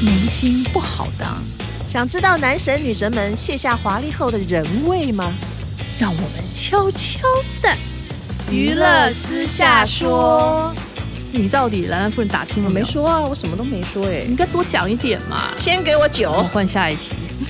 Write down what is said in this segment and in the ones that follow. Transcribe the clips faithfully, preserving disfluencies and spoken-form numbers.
明星不好当。 想知道男神女神们卸下华丽后的人味吗？ 让我们悄悄的娱乐私下说。 你到底兰兰夫人打听了没有？ 我没说啊，我什么都没说哎、欸。 你应该多讲一点嘛。 先给我酒。 换下一题。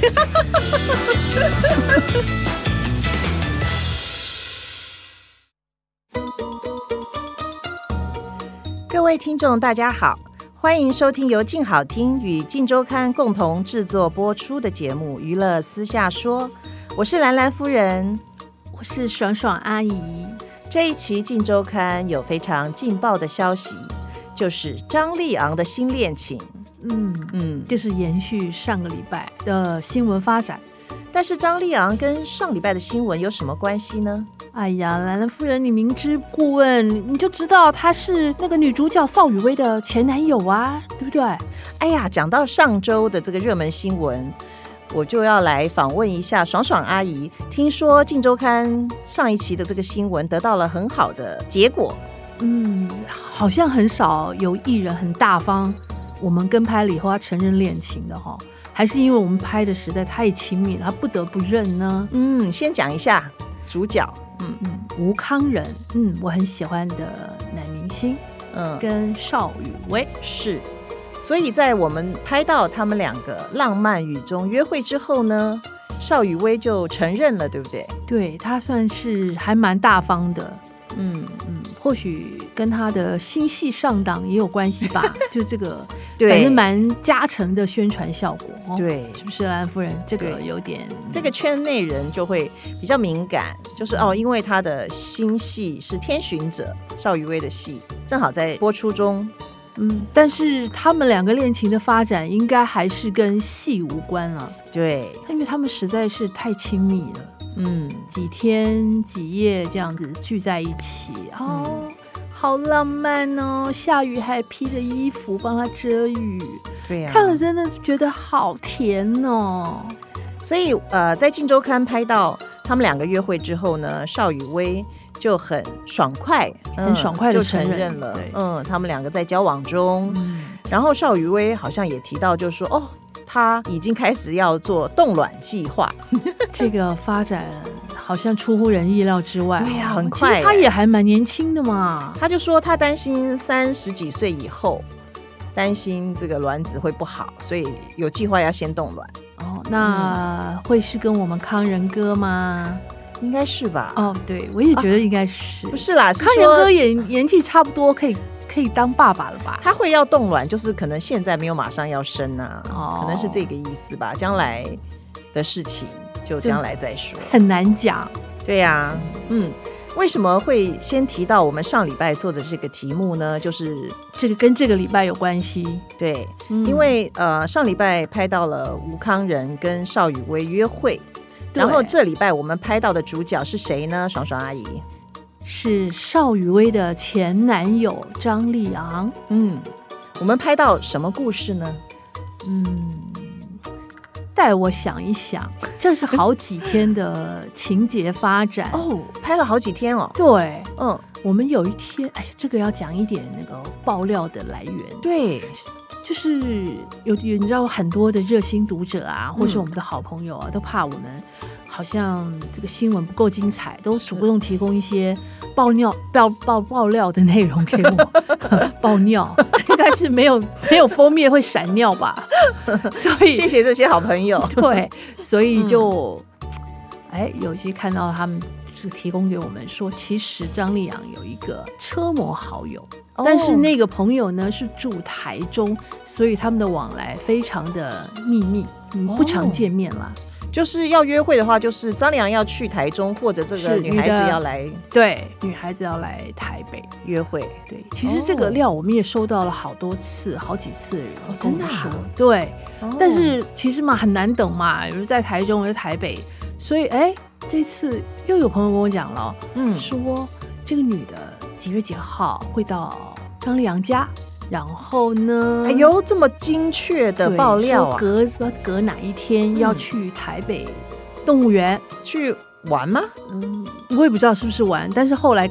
各位听众大家好，欢迎收听由静好听与静周刊共同制作播出的节目《娱乐私下说》，我是兰兰夫人， 我是爽爽阿姨。 这一期静周刊有非常劲爆的消息，就是张立昂的新恋情。 嗯嗯，就是延续上个礼拜的新闻发展。 但是张立昂跟上礼拜的新闻有什么关系呢？ 哎呀，兰兰夫人，你明知故问，你就知道他是那个女主角邵雨薇的前男友啊，对不对？ 哎呀，讲到上周的这个热门新闻，我就要来访问一下爽爽阿姨。听说《镜周刊》上一期的这个新闻得到了很好的结果。 嗯，好像很少有艺人很大方，我们跟拍了以后他承认恋情的哈，还是因为我们拍的实在太亲密了，他不得不认呢？ 嗯，先讲一下主角。嗯嗯，吴康仁，嗯，我很喜欢的男明星，嗯，跟邵雨薇是，所以在我们拍到他们两个浪漫雨中约会之后呢，邵雨薇就承认了，对不对？ 对，他算是还蛮大方的，嗯嗯，或许跟他的新戏上档也有关系吧，就这个反正蛮加成的宣传效果，哦、 对， 是不是兰夫人？这个有点， 这个圈内人就会比较敏感，就是哦，因为他的新戏是《天巡者》，邵雨薇的戏正好在播出中。 嗯，但是他们两个恋情的发展应该还是跟戏无关了。 对， 因为他们实在是太亲密了。嗯，几天几夜这样子聚在一起，哦，嗯、好浪漫哦！下雨还披着衣服帮他遮雨， 对呀、啊， 看了真的觉得好甜哦。 所以呃，在《镜周刊》拍到他们两个约会之后呢，邵雨薇就很爽快， 很爽快的承认了，嗯，他们两个在交往中。嗯、然后邵雨薇好像也提到，就是说，哦，他已经开始要做冻卵计划。 这个发展好像出乎人意料之外， 对呀、啊，很快。 其实他也还蛮年轻的嘛。 他就说他担心三十几岁以后，担心这个卵子会不好，所以有计划要先冻卵。 哦，那会是跟我们康仁哥吗？ 应该是吧。 哦，对，我也觉得应该是。 啊、不是啦，是康仁哥也年纪差不多，可以可以当爸爸了吧？ 他会要冻卵，就是可能现在没有马上要生啊，哦、可能是这个意思吧。将来的事情就将来再说， 很难讲。 对呀、啊，嗯。为什么会先提到我们上礼拜做的这个题目呢？就是这个跟这个礼拜有关系。 对，嗯、因为呃上礼拜拍到了吴康仁跟邵雨薇约会，然后这礼拜我们拍到的主角是谁呢？爽爽阿姨是邵雨薇的前男友张立昂。 嗯，我们拍到什么故事呢？ 嗯。带我想一想，这是好几天的情节发展哦，拍了好几天哦。 对，嗯，我们有一天，哎，这个要讲一点那个爆料的来源。 对， 就是有有你知道很多的热心读者啊，或是我们的好朋友啊，嗯、都怕我们好像这个新闻不够精彩，都主动提供一些爆料、爆爆爆料的内容给我。爆尿应该是没有没有封面会闪尿吧，所以谢谢这些好朋友。 对，所以就哎、嗯，有些看到他们是提供给我们说，其实张立昂有一个车模好友，哦、但是那个朋友呢是住台中，所以他们的往来非常的秘密，嗯，不常见面啦。哦， 就是要约会的话，就是张立昂要去台中，或者这个女孩子要来， 对，女孩子要来台北约会。 对，其实这个料我们也收到了好多次，好几次人哦，真的啊？ 对，哦、但是其实嘛很难等嘛，有人在台中，有人在台北，所以哎，这次又有朋友跟我讲了，嗯，说这个女的几月几号会到张立昂家。然后呢？ 哎呦，这么精确的爆料啊！ 隔隔哪一天要去台北动物园、 嗯、去玩吗？ 嗯，我也不知道是不是玩，但是后来改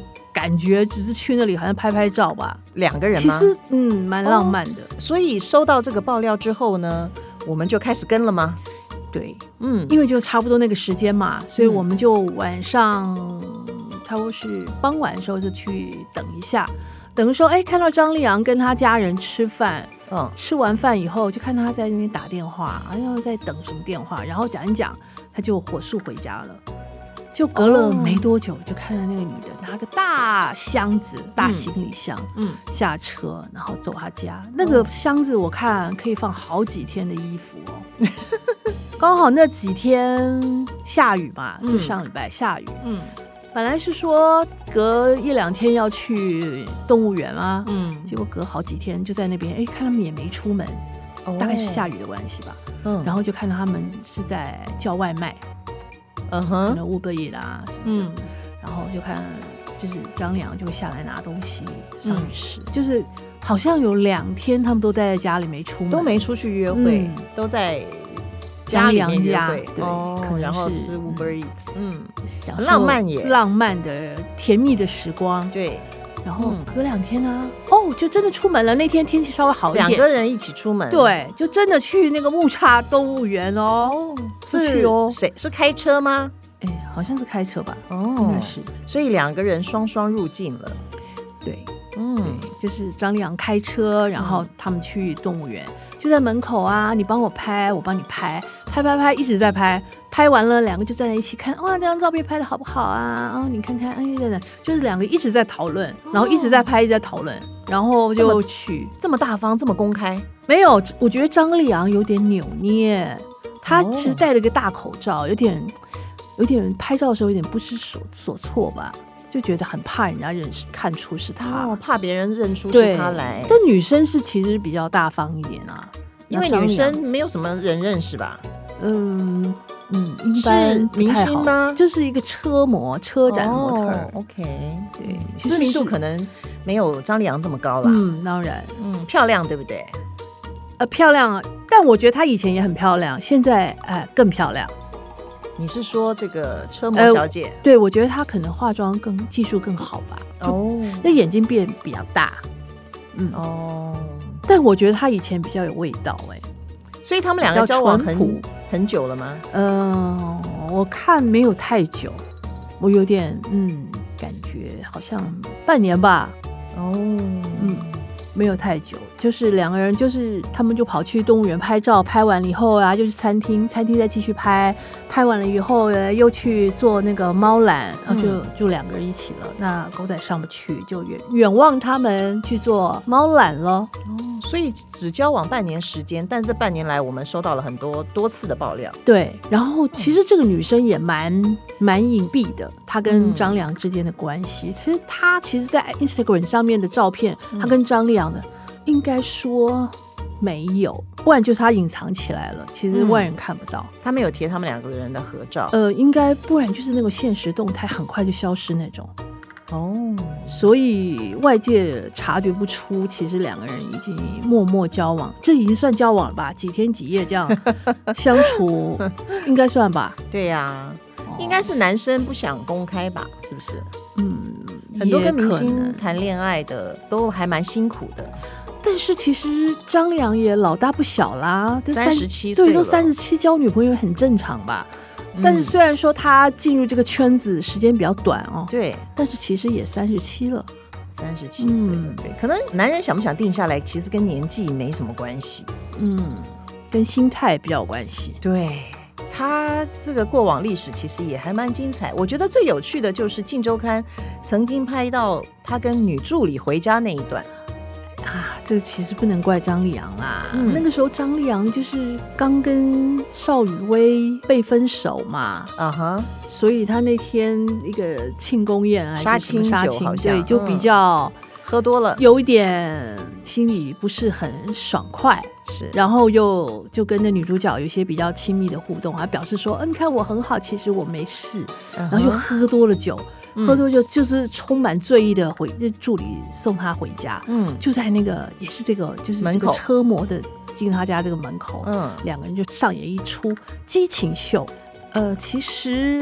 感觉只是去那里好像拍拍照吧。 两个人吗？ 其实嗯蛮浪漫的、哦。 所以收到这个爆料之后呢，我们就开始跟了吗？ 对，嗯，因为就差不多那个时间嘛，所以我们就晚上差不多是傍晚的时候就去等一下。等于说，哎，看到张立昂跟他家人吃饭，嗯，吃完饭以后就看他在那边打电话，好像在等什么电话，然后讲一讲，他就火速回家了。就隔了没多久，就看到那个女的拿个大箱子、大行李箱，嗯，下车，然后走他家。那个箱子我看可以放好几天的衣服哦。刚好那几天下雨嘛，就上礼拜下雨，嗯。本来是说隔一两天要去动物园啊，嗯，结果隔好几天就在那边，哎，看他们也没出门，哦、大概是下雨的关系吧，嗯，然后就看到他们是在叫外卖，嗯哼 ，Uber Eats 啦什么的，嗯，然后就看就是张立昂就会下来拿东西上去吃，嗯、就是好像有两天他们都待在家里没出门， 都没出去约会，嗯、都在。家里面家对， 哦，可能然后吃 Uber Eats， 嗯， 很浪漫耶， 浪漫的甜蜜的时光， 对。 然后隔两天啊，哦，就真的出门了。那天天气稍微好一点， 两个人一起出门， 对，就真的去那个木栅动物园哦， 是去哦，谁是开车吗？ 哎，好像是开车吧，哦，应该是。 所以两个人双双入境了， 对，嗯，对，就是张立昂开车，然后他们去动物园。就在门口啊，你帮我拍，我帮你拍，拍拍拍，一直在拍，拍完了，两个就站在一起看，哇，这张照片拍的好不好啊？哦，你看看，哎，等等，就是两个一直在讨论，然后一直在拍，一直在讨论，然后就去这么大方，这么公开？ 没有，我觉得张立昂有点扭捏，他其实戴了个大口罩，有点，有点拍照的时候有点不知所所措吧。就觉得很怕人家认识看出是他， 哦，怕别人认出是他来。 但女生是其实比较大方一点啊， 因为女生没有什么人认识吧？ 嗯嗯，一般是明星吗？ 就是一个车模、车展模特、哦、 OK， 对， 知名度可能没有张立昂这么高啦。 嗯，当然， 嗯，漂亮对不对？ 呃，漂亮，但我觉得她以前也很漂亮，现在呃更漂亮。 你是说这个车模小姐？呃、 对，我觉得她可能化妆更技术更好吧。哦，那眼睛变比较大。嗯哦，但我觉得她以前比较有味道哎、欸。 所以他们两个交往很很久了吗？ 嗯、呃，我看没有太久，我有点嗯，感觉好像半年吧。哦，嗯。没有太久，就是两个人，就是他们就跑去动物园拍照，拍完了以后啊，就去餐厅，餐厅再继续拍，拍完了以后又去做那个猫缆，然后就、嗯、就两个人一起了。那狗仔上不去，就远远望他们去做猫缆了。哦， 所以只交往半年时间，但这半年来我们收到了很多多次的爆料。 对，然后其实这个女生也蛮蛮隐蔽的，她跟张立昂之间的关系，其实她其实在 Instagram 上面的照片，她跟张立昂的应该说没有，不然就是他隐藏起来了，其实外人看不到。 嗯、他没有贴他们两个人的合照， 呃，应该不然就是那个现实动态很快就消失那种。哦，所以外界察觉不出，其实两个人已经默默交往，这已经算交往了吧？几天几夜这样相处，应该算吧？ 对呀、啊哦，应该是男生不想公开吧？是不是？嗯，很多跟明星谈恋爱的都还蛮辛苦的。 但是其实张立昂也老大不小啦， 三十七岁了， 对，都三十七，交女朋友很正常吧？嗯、但是虽然说他进入这个圈子时间比较短哦， 对， 但是其实也三十七了， 三十七岁了、嗯，对，可能男人想不想定下来，其实跟年纪没什么关系， 嗯，跟心态比较有关系。 对，他这个过往历史其实也还蛮精彩，我觉得最有趣的就是《镜周刊》曾经拍到他跟女助理回家那一段。 啊，这个其实不能怪张立昂啦、嗯，那个时候张立昂就是刚跟邵雨薇被分手嘛，啊哈，所以他那天一个庆功宴啊， 杀青杀青，对，就比较、 嗯、喝多了， 有一点心里不是很爽快， 是， 然后又就跟那女主角有一些比较亲密的互动，还表示说，嗯，你看我很好，其实我没事，然后就喝多了酒。喝多就就是充满醉意的回，就助理送他回家，嗯，就在那个也是这个就是这个车模的进他家这个门口，嗯，两个人就上演一出激情秀。呃，其实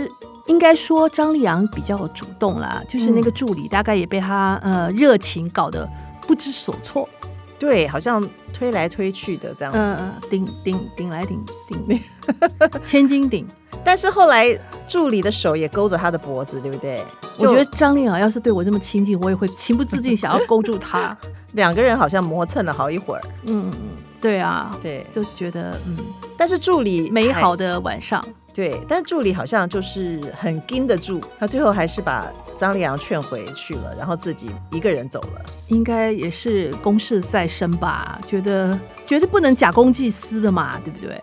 应该说张立昂比较主动啦，就是那个助理大概也被他呃热情搞得不知所措。 对，好像推来推去的这样子， 嗯，顶顶顶来顶顶，千斤顶。 但是后来助理的手也勾着他的脖子，对不对？ 我觉得张立昂要是对我这么亲近，我也会情不自禁想要勾住他。 两个人好像磨蹭了好一会儿。 嗯，对啊， 对， 就觉得嗯， 但是助理美好的晚上。 对，但是助理好像就是很盯得住，他最后还是把张立昂劝回去了，然后自己一个人走了。 应该也是公事在身吧，觉得绝对不能假公济私的嘛，对不对？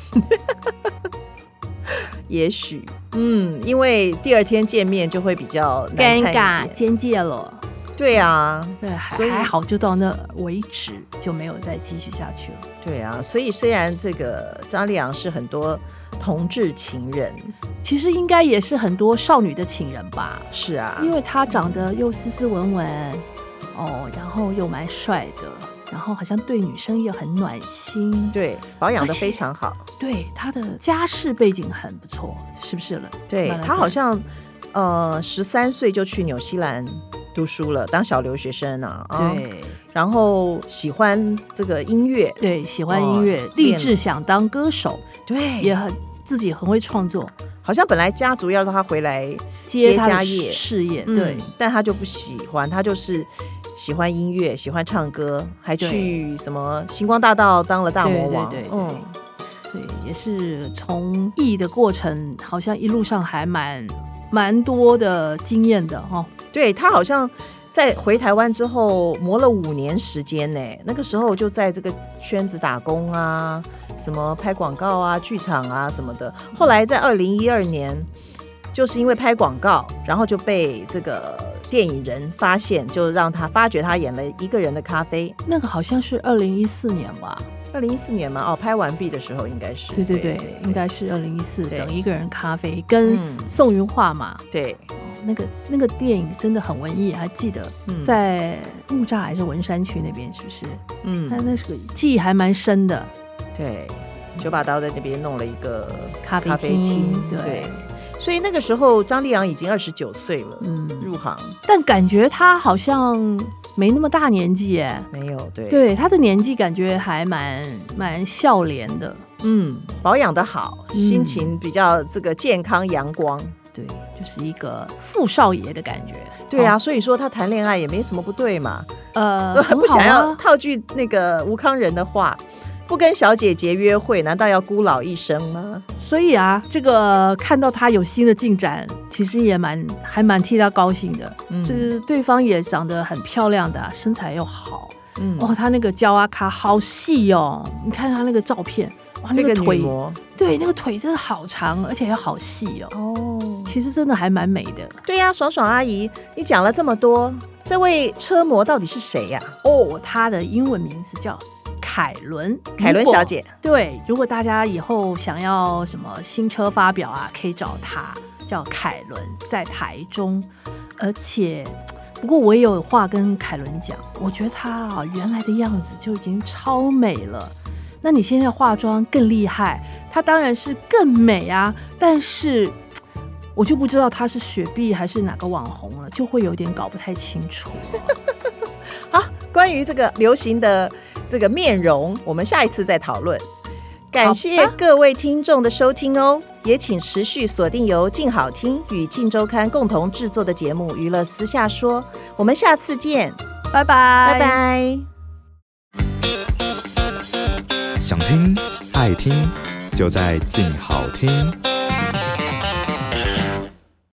也许，嗯，因为第二天见面就会比较难尴尬、边界了。 对啊， 对，所以还好就到那为止，就没有再继续下去了。 对啊，所以虽然这个张立昂是很多同志情人， 其实应该也是很多少女的情人吧？ 是啊， 因为他长得又斯斯文文，哦，然后又蛮帅的，然后好像对女生也很暖心， 对，保养得非常好。 对，他的家世背景很不错，是不是了？ 对，他好像呃十三岁就去纽西兰读书了，当小留学生啊。 对、哦， 然后喜欢这个音乐， 对，喜欢音乐，立、哦、志想当歌手， 对， 也很自己很会创作。 好像本来家族要让他回来接家业事业，对、 嗯，但他就不喜欢，他就是喜欢音乐，喜欢唱歌，还去什么星光大道当了大魔王。 对对 对, 对、嗯，所以也是从艺的过程，好像一路上还蛮蛮多的经验的哦。 对，他好像在回台湾之后磨了五年时间呢，那个时候就在这个圈子打工啊，什么拍广告啊、剧场啊什么的。后来在二零一二年，就是因为拍广告，然后就被这个电影人发现，就让他发掘他演了一个人的咖啡。 那个好像是二零一四年吧。 二零一四年嘛，哦，拍完毕的时候应该是。 对对 对, 对, 对，应该是二零一四。等一个人咖啡跟宋云画嘛。 嗯、对。 那个那个电影真的很文艺，还记得在木栅还是文山区那边，是不是？嗯，那那是个记忆还蛮深的。 对，九把刀在那边弄了一个咖啡厅，对。 对，所以那个时候张立昂已经二十九岁了，嗯，入行， 但感觉他好像没那么大年纪耶。 没有，对， 对，他的年纪感觉还蛮蛮笑脸的， 嗯，保养得好，心情比较这个健康阳光。 对，就是一个富少爷的感觉。 对啊，哦、所以说他谈恋爱也没什么不对嘛。 呃， 不想要套句那个吴康仁的话，不跟小姐姐约会，难道要孤老一生吗？ 所以啊，这个看到他有新的进展，其实也蛮还蛮替他高兴的。嗯，就是对方也长得很漂亮的、啊，身材又好。嗯，哦，他那个胶阿卡好细哦，你看他那个照片。哇，那个腿，对，那个腿真的好长，而且又好细哦。哦，其实真的还蛮美的。 对呀、啊，爽爽阿姨，你讲了这么多，这位车模到底是谁呀、 啊？哦，她的英文名字叫凯伦， 凯伦小姐。 对，如果大家以后想要什么新车发表啊，可以找她，叫凯伦，在台中，而且。不过我也有话跟凯伦讲，我觉得她啊原来的样子就已经超美了。那你现在化妆更厉害，她当然是更美啊。但是我就不知道她是雪碧还是哪个网红了，就会有点搞不太清楚。 好，关于这个流行的这个面容，我们下一次再讨论。感谢各位听众的收听哦，也请持续锁定由静好听与静周刊共同制作的节目《娱乐私下说》，我们下次见， 拜拜， 拜拜。 想听爱听，就在静好听。